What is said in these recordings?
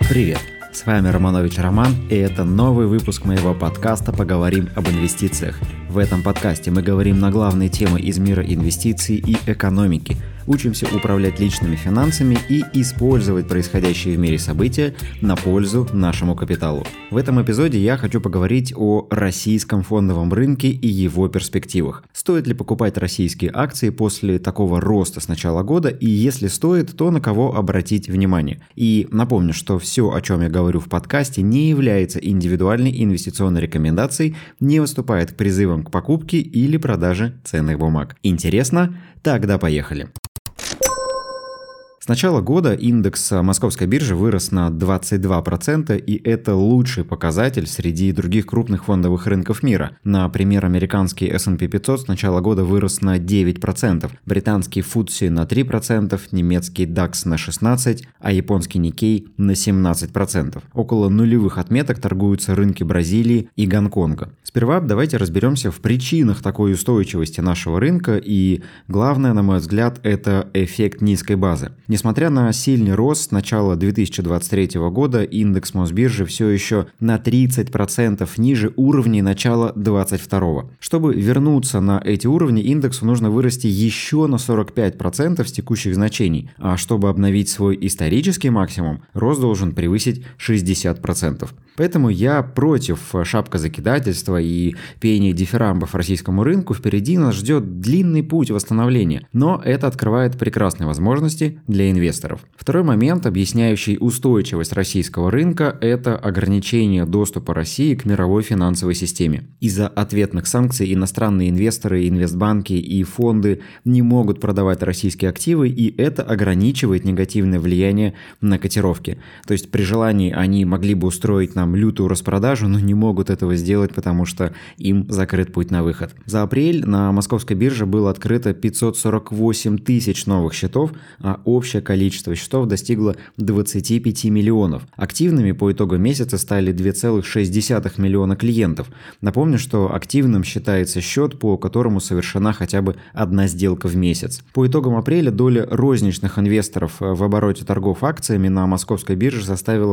Привет! С вами Романович Роман, и это новый выпуск моего подкаста «Поговорим об инвестициях». В этом подкасте мы говорим на главные темы из мира инвестиций и экономики, учимся управлять личными финансами и использовать происходящие в мире события на пользу нашему капиталу. В этом эпизоде я хочу поговорить о российском фондовом рынке и его перспективах. Стоит ли покупать российские акции после такого роста с начала года, и если стоит, то на кого обратить внимание. И напомню, что все, о чем я говорю в подкасте, не является индивидуальной инвестиционной рекомендацией, не выступает к призывам к покупке или продаже ценных бумаг. Интересно? Тогда поехали. С начала года индекс Московской биржи вырос на 22%, и это лучший показатель среди других крупных фондовых рынков мира. Например, американский S&P 500 с начала года вырос на 9%, британский FTSE на 3%, немецкий DAX на 16%, а японский Nikkei на 17%. Около нулевых отметок торгуются рынки Бразилии и Гонконга. Сперва давайте разберемся в причинах такой устойчивости нашего рынка, и главное, на мой взгляд, это эффект низкой базы. Несмотря на сильный рост с начала 2023 года, индекс Мосбиржи все еще на 30% ниже уровней начала 2022. Чтобы вернуться на эти уровни, индексу нужно вырасти еще на 45% с текущих значений, а чтобы обновить свой исторический максимум, рост должен превысить 60%. Поэтому я против шапкозакидательства и пения дифирамбов российскому рынку. Впереди нас ждет длинный путь восстановления, но это открывает прекрасные возможности для инвесторов. Второй момент, объясняющий устойчивость российского рынка, это ограничение доступа России к мировой финансовой системе. Из-за ответных санкций иностранные инвесторы, инвестбанки и фонды не могут продавать российские активы, и это ограничивает негативное влияние на котировки. То есть при желании они могли бы устроить нам лютую распродажу, но не могут этого сделать, потому что им закрыт путь на выход. За апрель на Московской бирже было открыто 548 тысяч новых счетов, а общее количество счетов достигло 25 миллионов. Активными по итогу месяца стали 2,6 миллиона клиентов. Напомню, что активным считается счет, по которому совершена хотя бы одна сделка в месяц. По итогам апреля доля розничных инвесторов в обороте торгов акциями на Московской бирже составила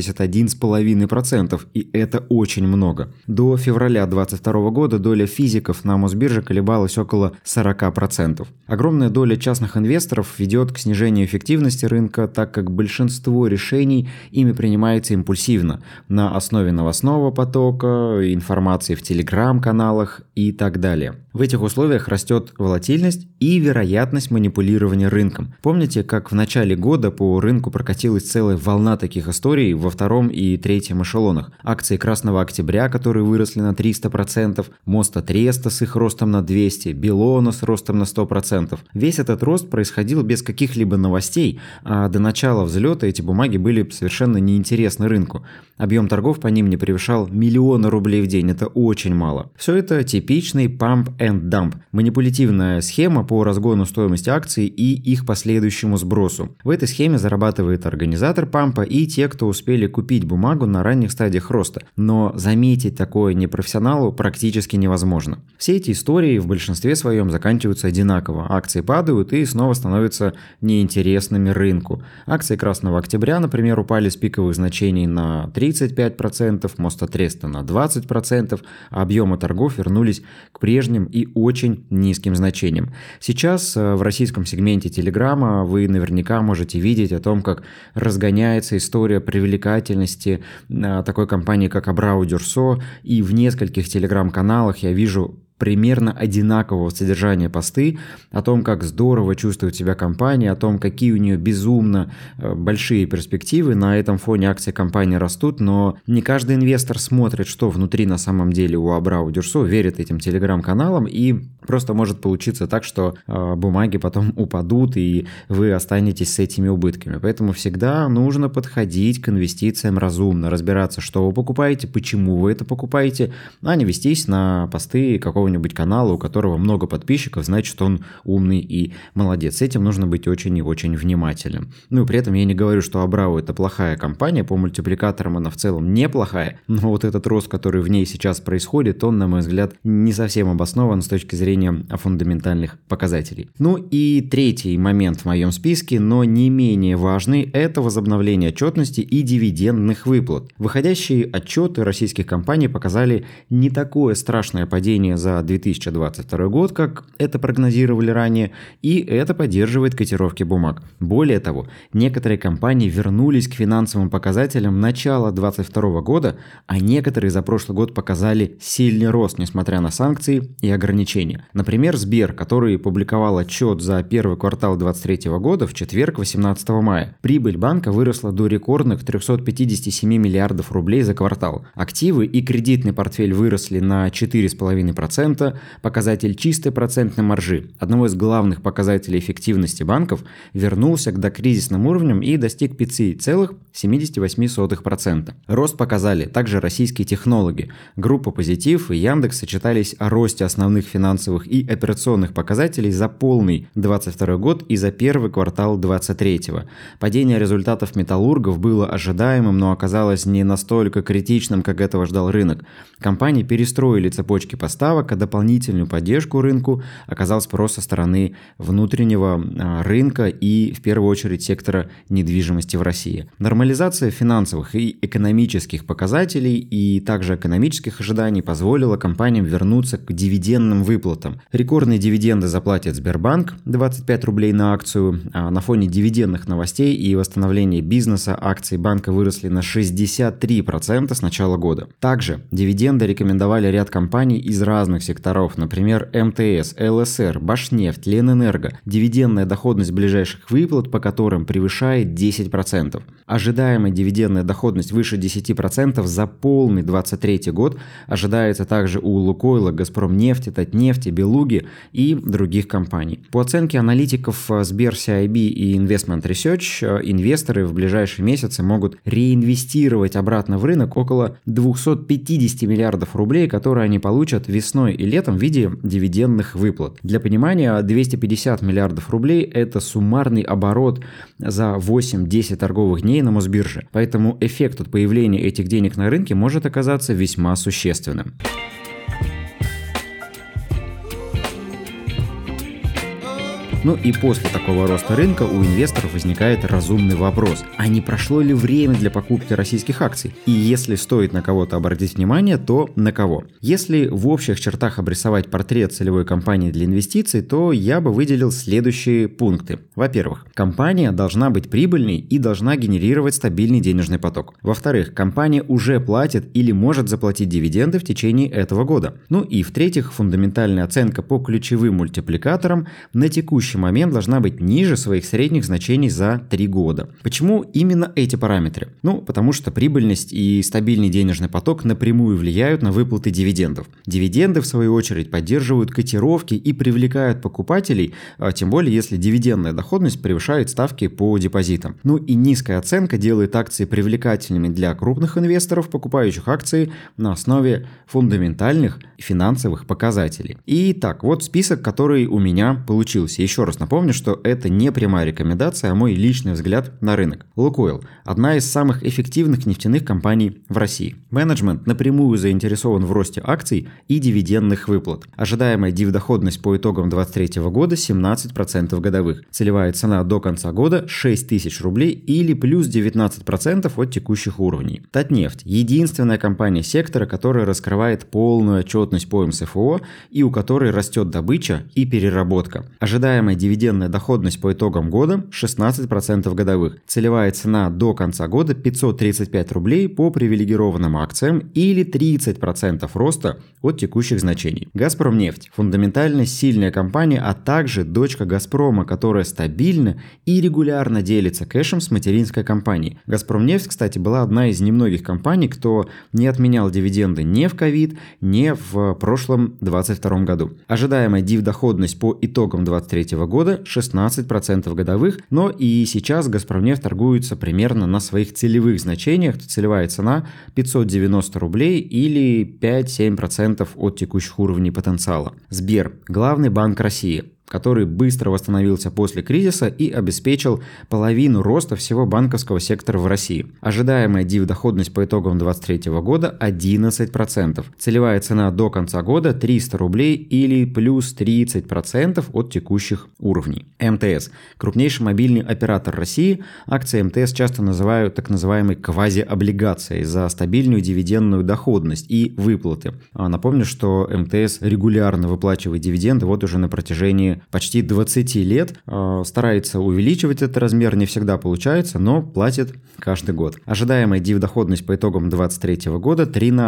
81,5%, и это очень много. До февраля 2022 года доля физиков на Мосбирже колебалась около 40%. Огромная доля частных инвесторов ведет к снижению эффективности рынка, так как большинство решений ими принимается импульсивно, на основе новостного потока, информации в телеграм-каналах и так далее. В этих условиях растет волатильность и вероятность манипулирования рынком. Помните, как в начале года по рынку прокатилась целая волна таких историй во втором и третьем эшелонах? Акции Красного Октября, которые выросли на 300%, Моста Треста с их ростом на 200%, Белона с ростом на 100%. Весь этот рост происходил без каких-либо новостей, а до начала взлета эти бумаги были совершенно неинтересны рынку. Объем торгов по ним не превышал миллиона рублей в день, это очень мало. Все это типичный pump and dump, манипулятивная схема по разгону стоимости акций и их последующему сбросу. В этой схеме зарабатывает организатор пампа и те, кто успели купить бумагу на ранних стадиях роста, но заметить такое непрофессионалу практически невозможно. Все эти истории в большинстве своем заканчиваются одинаково. Акции падают и снова становятся неинтересными рынку. Акции Красного Октября, например, упали с пиковых значений на 35%, Моста Треста на 20%, а объемы торгов вернулись к прежним и очень низким значениям. Сейчас в российском сегменте Телеграма вы наверняка можете видеть о том, как разгоняется история привлекательности такой компании, как Абрау Дюрсо, и в нескольких телеграм-каналах я вижу примерно одинакового содержания посты о том, как здорово чувствует себя компания, о том, какие у нее безумно большие перспективы. На этом фоне акции компании растут, но не каждый инвестор смотрит, что внутри на самом деле у Абрау Дюрсо, верит этим телеграм-каналам, и просто может получиться так, что бумаги потом упадут, и вы останетесь с этими убытками. Поэтому всегда нужно подходить к инвестициям разумно, разбираться, что вы покупаете, почему вы это покупаете, а не вестись на посты какого-нибудь какого-нибудь канала, у которого много подписчиков, значит, он умный и молодец. С этим нужно быть очень и очень внимательным. Ну и при этом я не говорю, что Абрау это плохая компания, по мультипликаторам она в целом неплохая, но вот этот рост, который в ней сейчас происходит, он, на мой взгляд, не совсем обоснован с точки зрения фундаментальных показателей. Ну и третий момент в моем списке, но не менее важный, это возобновление отчетности и дивидендных выплат. Выходящие отчеты российских компаний показали не такое страшное падение за 2022 год, как это прогнозировали ранее, и это поддерживает котировки бумаг. Более того, некоторые компании вернулись к финансовым показателям начала 2022 года, а некоторые за прошлый год показали сильный рост, несмотря на санкции и ограничения. Например, Сбер, который публиковал отчет за первый квартал 2023 года в четверг, 18 мая. Прибыль банка выросла до рекордных 357 миллиардов рублей за квартал. Активы и кредитный портфель выросли на 4,5%, показатель чистой процентной маржи, одного из главных показателей эффективности банков, вернулся к докризисным уровням и достиг 5,78%. Рост показали также российские технологии. Группа Позитив и Яндекс сочетались о росте основных финансовых и операционных показателей за полный 2022 год и за первый квартал 2023. Падение результатов металлургов было ожидаемым, но оказалось не настолько критичным, как этого ждал рынок. Компании перестроили цепочки поставок, а дополнительную поддержку рынку оказал спрос со стороны внутреннего рынка и, в первую очередь, сектора недвижимости в России. Нормализация финансовых и экономических показателей и также экономических ожиданий позволила компаниям вернуться к дивидендным выплатам. Рекордные дивиденды заплатит Сбербанк, 25 рублей на акцию. А на фоне дивидендных новостей и восстановления бизнеса акции банка выросли на 63% с начала года. Также дивиденды рекомендовали ряд компаний из разных секторов, например, МТС, ЛСР, Башнефть, Ленэнерго. Дивидендная доходность ближайших выплат по которым превышает 10%. Ожидаемая дивидендная доходность выше 10% за полный 2023 год ожидается также у Лукойла, Газпромнефти, Татнефти, Белуги и других компаний. По оценке аналитиков Сбер CIB и Investment Research, инвесторы в ближайшие месяцы могут реинвестировать обратно в рынок около 250 миллиардов рублей, которые они получат весной и летом в виде дивидендных выплат. Для понимания, 250 миллиардов рублей – это суммарный оборот за 8-10 торговых дней на Мосбирже. Поэтому эффект от появления этих денег на рынке может оказаться весьма существенным. Ну и после такого роста рынка у инвесторов возникает разумный вопрос: а не прошло ли время для покупки российских акций? И если стоит на кого-то обратить внимание, то на кого? Если в общих чертах обрисовать портрет целевой компании для инвестиций, то я бы выделил следующие пункты. Во-первых, компания должна быть прибыльной и должна генерировать стабильный денежный поток. Во-вторых, компания уже платит или может заплатить дивиденды в течение этого года. Ну и в-третьих, фундаментальная оценка по ключевым мультипликаторам на текущий момент должна быть ниже своих средних значений за 3 года. Почему именно эти параметры? Ну, потому что прибыльность и стабильный денежный поток напрямую влияют на выплаты дивидендов. Дивиденды, в свою очередь, поддерживают котировки и привлекают покупателей, тем более если дивидендная доходность превышает ставки по депозитам. Ну и низкая оценка делает акции привлекательными для крупных инвесторов, покупающих акции на основе фундаментальных финансовых показателей. Итак, вот список, который у меня получился. Еще раз напомню, что это не прямая рекомендация, а мой личный взгляд на рынок. Лукойл – одна из самых эффективных нефтяных компаний в России. Менеджмент напрямую заинтересован в росте акций и дивидендных выплат. Ожидаемая дивдоходность по итогам 2023 года 17% годовых. Целевая цена до конца года 6 тысяч рублей или плюс 19% от текущих уровней. Татнефть – единственная компания сектора, которая раскрывает полную отчетность по МСФО и у которой растет добыча и переработка. Ожидаемая дивидендная доходность по итогам года 16% годовых. Целевая цена до конца года 535 рублей по привилегированным акциям или 30% роста от текущих значений. Газпромнефть – фундаментально сильная компания, а также дочка Газпрома, которая стабильно и регулярно делится кэшем с материнской компанией. Газпромнефть, кстати, была одна из немногих компаний, кто не отменял дивиденды ни в ковид, ни в прошлом 2022 году. Ожидаемая дивдоходность по итогам 2023 года 16% годовых, но и сейчас «Газпромнефть» торгуется примерно на своих целевых значениях. Целевая цена 590 рублей или 5-7% от текущих уровней потенциала. Сбер – главный банк России, который быстро восстановился после кризиса и обеспечил половину роста всего банковского сектора в России. Ожидаемая див-доходность по итогам 2023 года 11%. Целевая цена до конца года 300 рублей или плюс 30% от текущих уровней. МТС – крупнейший мобильный оператор России. Акции МТС часто называют так называемой квазиоблигацией за стабильную дивидендную доходность и выплаты. Напомню, что МТС регулярно выплачивает дивиденды вот уже на протяжении почти 20 лет, старается увеличивать этот размер, не всегда получается, но платит каждый год. Ожидаемая див-доходность по итогам 2023 года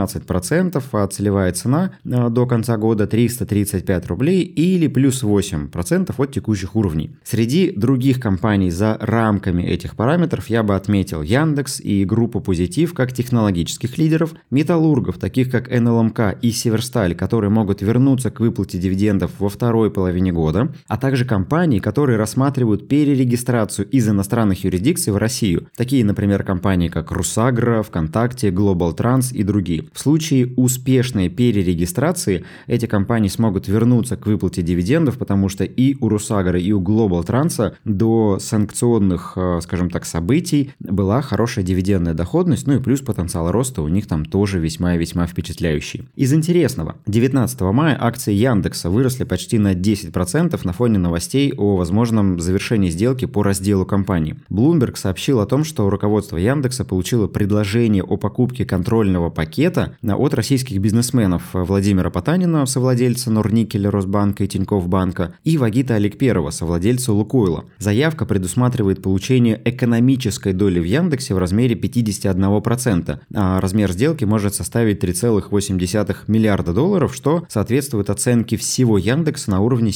13%, а целевая цена до конца года 335 рублей или плюс 8% от текущих уровней. Среди других компаний за рамками этих параметров я бы отметил Яндекс и группу Позитив как технологических лидеров, металлургов, таких как НЛМК и Северсталь, которые могут вернуться к выплате дивидендов во второй половине года, а также компании, которые рассматривают перерегистрацию из иностранных юрисдикций в Россию, такие, например, компании как Русагра, ВКонтакте, Global Trans и другие. В случае успешной перерегистрации эти компании смогут вернуться к выплате дивидендов, потому что и у Русагры, и у Global Trans до санкционных, скажем так, событий была хорошая дивидендная доходность, ну и плюс потенциал роста у них там тоже весьма и весьма впечатляющий. Из интересного, 19 мая акции Яндекса выросли почти на 10% на фоне новостей о возможном завершении сделки по разделу компании. Bloomberg сообщил о том, что руководство Яндекса получило предложение о покупке контрольного пакета от российских бизнесменов Владимира Потанина, совладельца Норникеля, Росбанка и Тинькофф банка, и Вагита Аликперова, совладельца Лукойла. Заявка предусматривает получение экономической доли в Яндексе в размере 51%, а размер сделки может составить 3,8 миллиарда долларов, что соответствует оценке всего Яндекса на уровне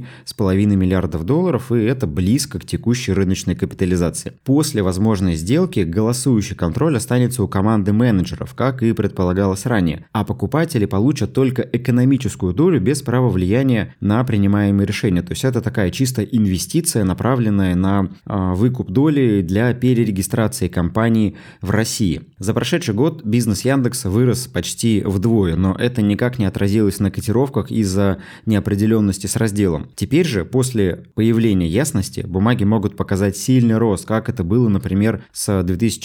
7,5 миллиардов долларов, и это близко к текущей рыночной капитализации. После возможной сделки голосующий контроль останется у команды менеджеров, как и предполагалось ранее, а покупатели получат только экономическую долю без права влияния на принимаемые решения. То есть это такая чистая инвестиция, направленная на выкуп доли для перерегистрации компании в России. За прошедший год бизнес Яндекса вырос почти вдвое, но это никак не отразилось на котировках из-за неопределенности с разделом. Теперь же, после появления ясности, бумаги могут показать сильный рост, как это было, например, с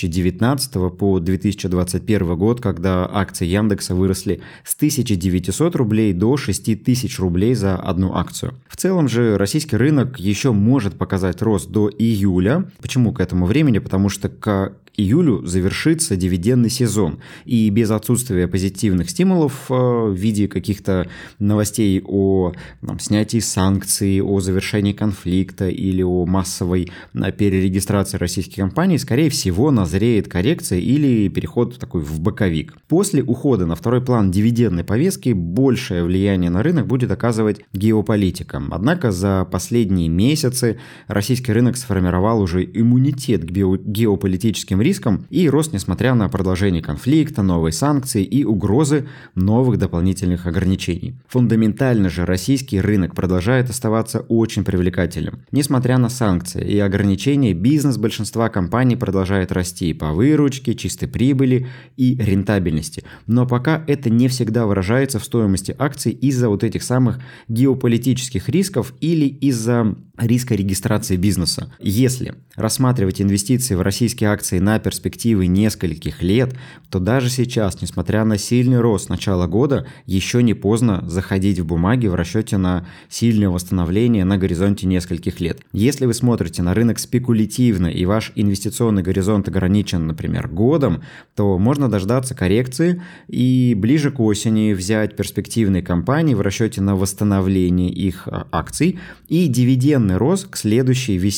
2019 по 2021 год, когда акции Яндекса выросли с 1900 рублей до 6000 рублей за одну акцию. В целом же российский рынок еще может показать рост до июля. Почему к этому времени? Потому что к июлю завершится дивидендный сезон, и без отсутствия позитивных стимулов в виде каких-то новостей о снятии санкций, о завершении конфликта или о массовой перерегистрации российских компаний, скорее всего, назреет коррекция или переход такой в боковик. После ухода на второй план дивидендной повестки большее влияние на рынок будет оказывать геополитика. Однако за последние месяцы российский рынок сформировал уже иммунитет к геополитическим рискам и рос, несмотря на продолжение конфликта, новые санкции и угрозы новых дополнительных ограничений. Фундаментально же российский рынок продолжает оставаться очень привлекательным. Несмотря на санкции и ограничения, бизнес большинства компаний продолжает расти по выручке, чистой прибыли и рентабельности. Но пока это не всегда выражается в стоимости акций из-за вот этих самых геополитических рисков или из-за риска регистрации бизнеса. Если рассматривать инвестиции в российские акции на перспективы нескольких лет, то даже сейчас, несмотря на сильный рост с начала года, еще не поздно заходить в бумаги в расчете на сильное восстановление на горизонте нескольких лет. Если вы смотрите на рынок спекулятивно и ваш инвестиционный горизонт ограничен, например, годом, то можно дождаться коррекции и ближе к осени взять перспективные компании в расчете на восстановление их акций и дивидендный рост к следующей весне.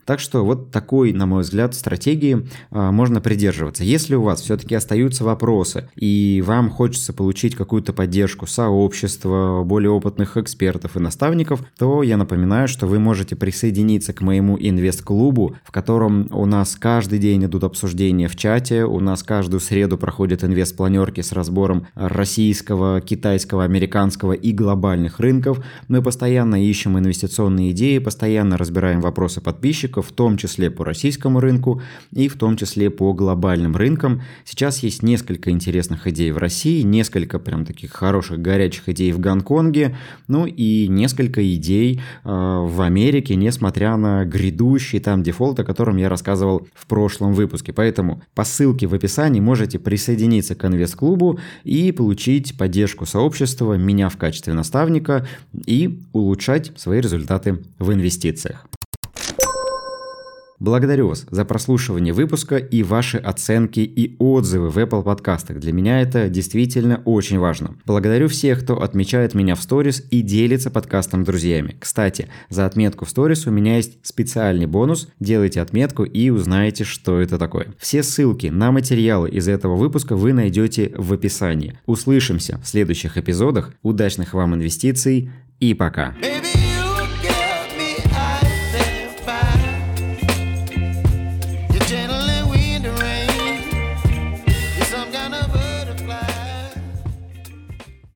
Так что вот такой, на мой взгляд, стратегии можно придерживаться. Если у вас все-таки остаются вопросы и вам хочется получить какую-то поддержку сообщества, более опытных экспертов и наставников, то я напоминаю, что вы можете присоединиться к моему инвест-клубу, в котором у нас каждый день идут обсуждения в чате, у нас каждую среду проходят инвест-планерки с разбором российского, китайского, американского и глобальных рынков. Мы постоянно ищем инвестиционные идеи, постоянно разбираем вопросы подписчиков, в том числе по российскому рынку и в том числе по глобальным рынкам. Сейчас есть несколько интересных идей в России, несколько прям таких хороших горячих идей в Гонконге, ну и несколько идей в Америке, несмотря на грядущий там дефолт, о котором я рассказывал в прошлом выпуске. Поэтому по ссылке в описании можете присоединиться к инвест-клубу и получить поддержку сообщества, меня в качестве наставника и улучшать свои результаты в инвестициях. Благодарю вас за прослушивание выпуска и ваши оценки и отзывы в Apple подкастах. Для меня это действительно очень важно. Благодарю всех, кто отмечает меня в сторис и делится подкастом с друзьями. Кстати, за отметку в сторис у меня есть специальный бонус. Делайте отметку и узнаете, что это такое. Все ссылки на материалы из этого выпуска вы найдете в описании. Услышимся в следующих эпизодах. Удачных вам инвестиций и пока!